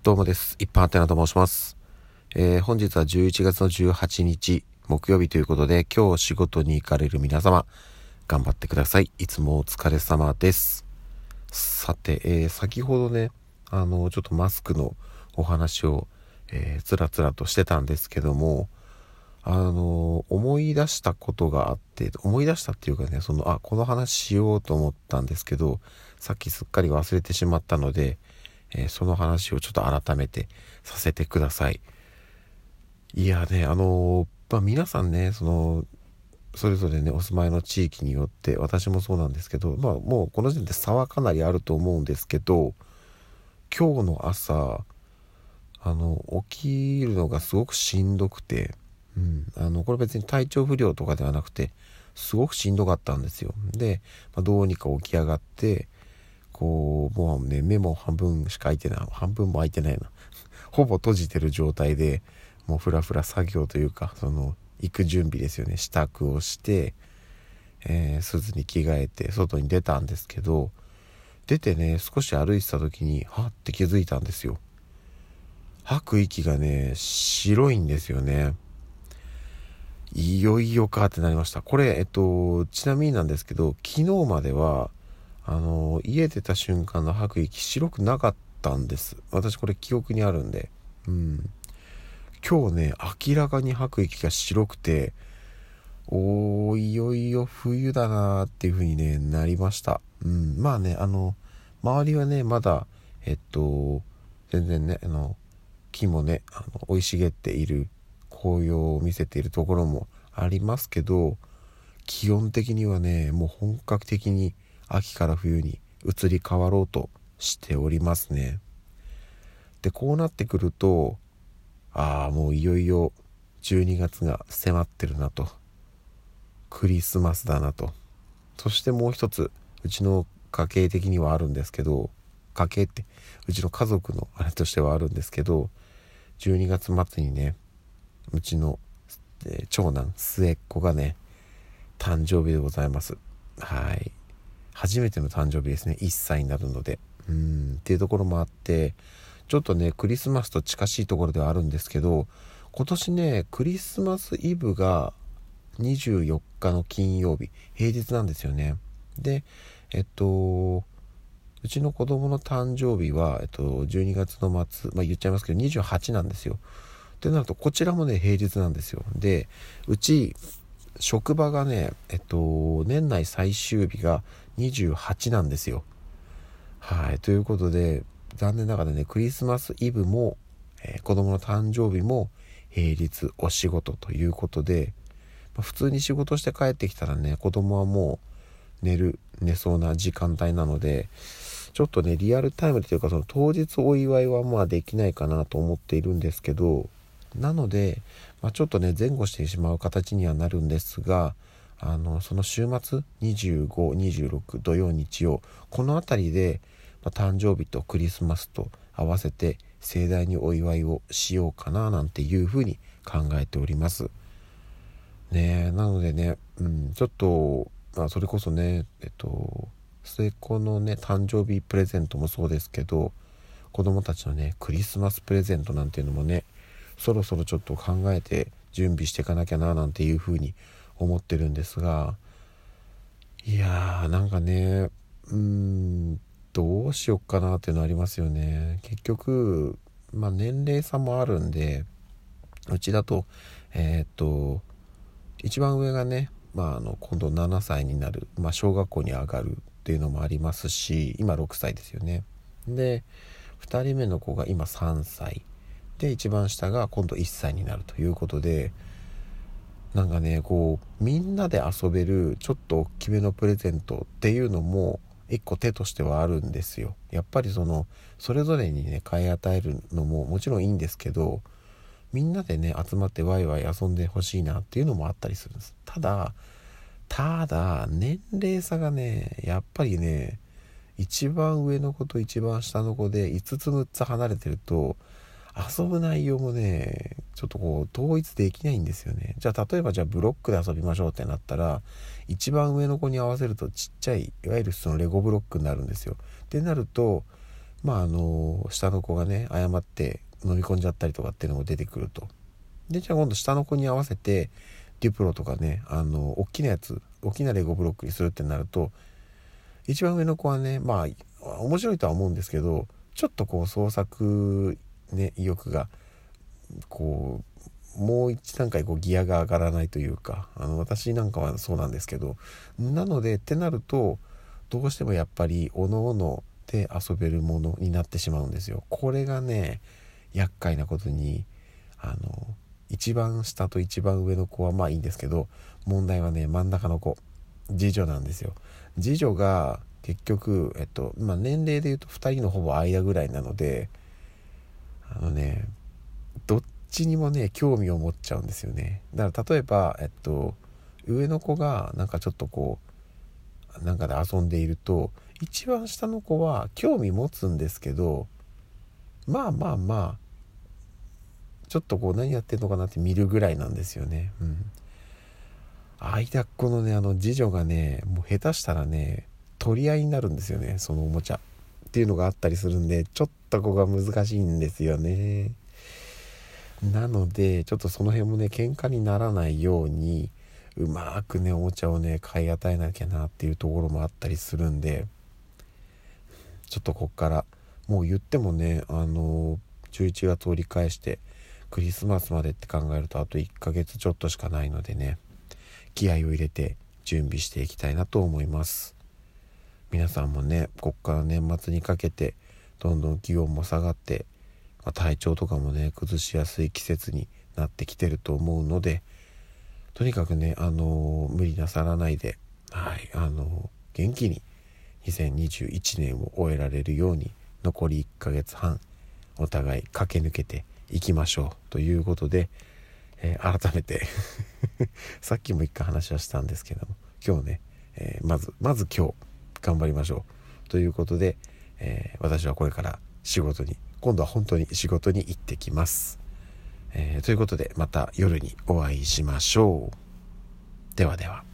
どうもです。一般アテナと申します。本日は11月の18日木曜日ということで、今日仕事に行かれる皆様頑張ってください。いつもお疲れ様です。さて、先ほどねちょっとマスクのお話を、つらつらとしてたんですけども、思い出したことがあって、思い出したっていうかね、この話しようと思ったんですけど、さっきすっかり忘れてしまったので、その話をちょっと改めてさせてください。いやね、皆さんね、それぞれね、お住まいの地域によって、私もそうなんですけど、もうこの時点で差はかなりあると思うんですけど、今日の朝、起きるのがすごくしんどくて、これ別に体調不良とかではなくて、すごくしんどかったんですよ。で、どうにか起き上がって、もうね、目も半分しか開いてない、半分も開いてないな。ほぼ閉じてる状態で、もうフラフラ作業というか、行く準備ですよね。支度をして、スーツに着替えて、外に出たんですけど、出てね、少し歩いてた時に、はって気づいたんですよ。吐く息がね、白いんですよね。いよいよかってなりました。これ、ちなみになんですけど、昨日までは、家出た瞬間の吐く息白くなかったんです。私これ記憶にあるんで。今日ね、明らかに吐く息が白くて、いよいよ冬だなーっていう風にね、なりました。まあね、周りはね、まだ、全然ね、木もね、生い茂っている紅葉を見せているところもありますけど、基本的にはね、もう本格的に秋から冬に移り変わろうとしておりますね。で、こうなってくると、もういよいよ12月が迫ってるなと、クリスマスだなと、そしてもう一つ、うちの家系的にはあるんですけど、家系ってうちの家族のあれとしてはあるんですけど、12月末にね、うちの、長男末っ子がね、誕生日でございます。はい。初めての誕生日ですね。1歳になるので。っていうところもあって、ちょっとね、クリスマスと近しいところではあるんですけど、今年ね、クリスマスイブが24日の金曜日、平日なんですよね。で、うちの子供の誕生日は、12月の末、言っちゃいますけど、28なんですよ。ってなると、こちらもね、平日なんですよ。で、うち、職場がね、年内最終日が28なんですよ。はい。ということで、残念ながらね、クリスマスイブも、子供の誕生日も平日お仕事ということで、普通に仕事して帰ってきたらね、子供はもう寝そうな時間帯なので、ちょっとね、リアルタイムというか、当日お祝いはできないかなと思っているんですけど、なので、ちょっとね、前後してしまう形にはなるんですが、その週末、25、26、土曜、日曜、このあたりで、誕生日とクリスマスと合わせて盛大にお祝いをしようかななんていうふうに考えております。ねえ、なのでね、ちょっと、それこそね、末っ子のね、誕生日プレゼントもそうですけど、子供たちのね、クリスマスプレゼントなんていうのもね、そろそろちょっと考えて準備していかなきゃななんていうふうに思ってるんですが、いやーなんかね、どうしよっかなっていうのありますよね。結局、年齢差もあるんで、うちだと、一番上がね、今度7歳になる、小学校に上がるっていうのもありますし、今6歳ですよね。で、2人目の子が今3歳で、一番下が今度1歳になるということで、なんかね、みんなで遊べるちょっと大きめのプレゼントっていうのも一個手としてはあるんですよ。やっぱりそれぞれにね、買い与えるのももちろんいいんですけど、みんなでね、集まってワイワイ遊んでほしいなっていうのもあったりするんです。ただ、年齢差がね、やっぱりね、一番上の子と一番下の子で5つ6つ離れてると、遊ぶ内容もね、ちょっと統一できないんですよね。じゃあ例えばブロックで遊びましょうってなったら、一番上の子に合わせるとちっちゃい、いわゆるそのレゴブロックになるんですよ。ってなると、 下の子がね誤って飲み込んじゃったりとかっていうのも出てくると。でじゃあ今度下の子に合わせてデュプロとかね大きなやつ、大きなレゴブロックにするってなると、一番上の子はね面白いとは思うんですけど、ちょっとこう創作ね意欲がこうもう一段階こうギアが上がらないというか、私なんかはそうなんですけど、なのでってなるとどうしてもやっぱりおのおので遊べるものになってしまうんですよ。これがね厄介なことに、一番下と一番上の子はいいんですけど、問題はね真ん中の子、次女なんですよ。次女が結局、年齢で言うと2人のほぼ間ぐらいなので、どっちにもね興味を持っちゃうんですよね。だから例えば、上の子がなんかちょっとこうなんかで遊んでいると、一番下の子は興味持つんですけど、ちょっとこう何やってんのかなって見るぐらいなんですよね。間っこのね次女がねもう下手したらね取り合いになるんですよね、そのおもちゃっていうのがあったりするんで、ちょっとここが難しいんですよね。なのでちょっとその辺もね喧嘩にならないようにうまくねおもちゃをね買い与えなきゃなっていうところもあったりするんで、ちょっとこっからもう言ってもね11月折り返してクリスマスまでって考えるとあと1ヶ月ちょっとしかないのでね、気合を入れて準備していきたいなと思います。皆さんもねこっから年末にかけてどんどん気温も下がって、体調とかもね崩しやすい季節になってきてると思うので、とにかくね無理なさらないで、元気に2021年を終えられるように残り1ヶ月半お互い駆け抜けていきましょうということで、改めてさっきも一回話はしたんですけども、今日ね、まず今日頑張りましょうということで、私はこれから今度は本当に仕事に行ってきます。ということでまた夜にお会いしましょう。ではでは。